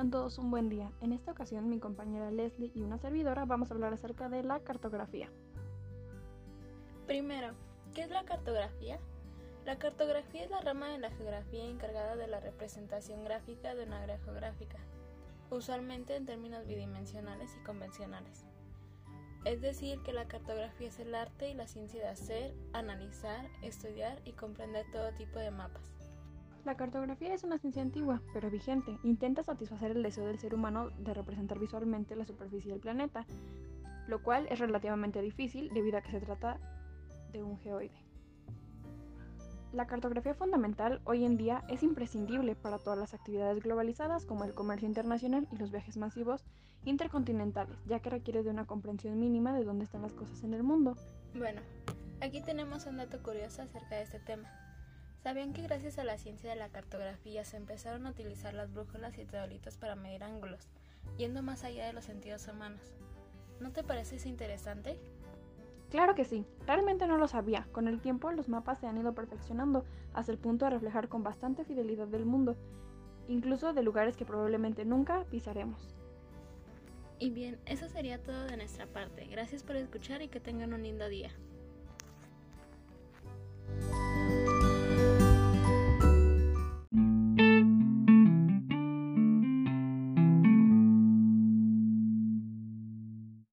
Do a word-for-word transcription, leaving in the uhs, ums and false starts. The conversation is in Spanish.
tengan todos un buen día. En esta ocasión mi compañera Leslie y una servidora vamos a hablar acerca de la cartografía. Primero, ¿qué es la cartografía? La cartografía es la rama de la geografía encargada de la representación gráfica de una área geográfica, usualmente en términos bidimensionales y convencionales. Es decir, que la cartografía es el arte y la ciencia de hacer, analizar, estudiar y comprender todo tipo de mapas. La cartografía es una ciencia antigua, pero vigente. Intenta satisfacer el deseo del ser humano de representar visualmente la superficie del planeta, lo cual es relativamente difícil debido a que se trata de un geoide. La cartografía fundamental hoy en día es imprescindible para todas las actividades globalizadas como el comercio internacional y los viajes masivos intercontinentales, ya que requiere de una comprensión mínima de dónde están las cosas en el mundo. Bueno, aquí tenemos un dato curioso acerca de este tema. ¿Sabían que gracias a la ciencia de la cartografía se empezaron a utilizar las brújulas y teodolitos para medir ángulos, yendo más allá de los sentidos humanos? ¿No te parece eso interesante? Claro que sí, realmente no lo sabía. Con el tiempo los mapas se han ido perfeccionando hasta el punto de reflejar con bastante fidelidad del mundo, incluso de lugares que probablemente nunca pisaremos. Y bien, eso sería todo de nuestra parte. Gracias por escuchar y que tengan un lindo día.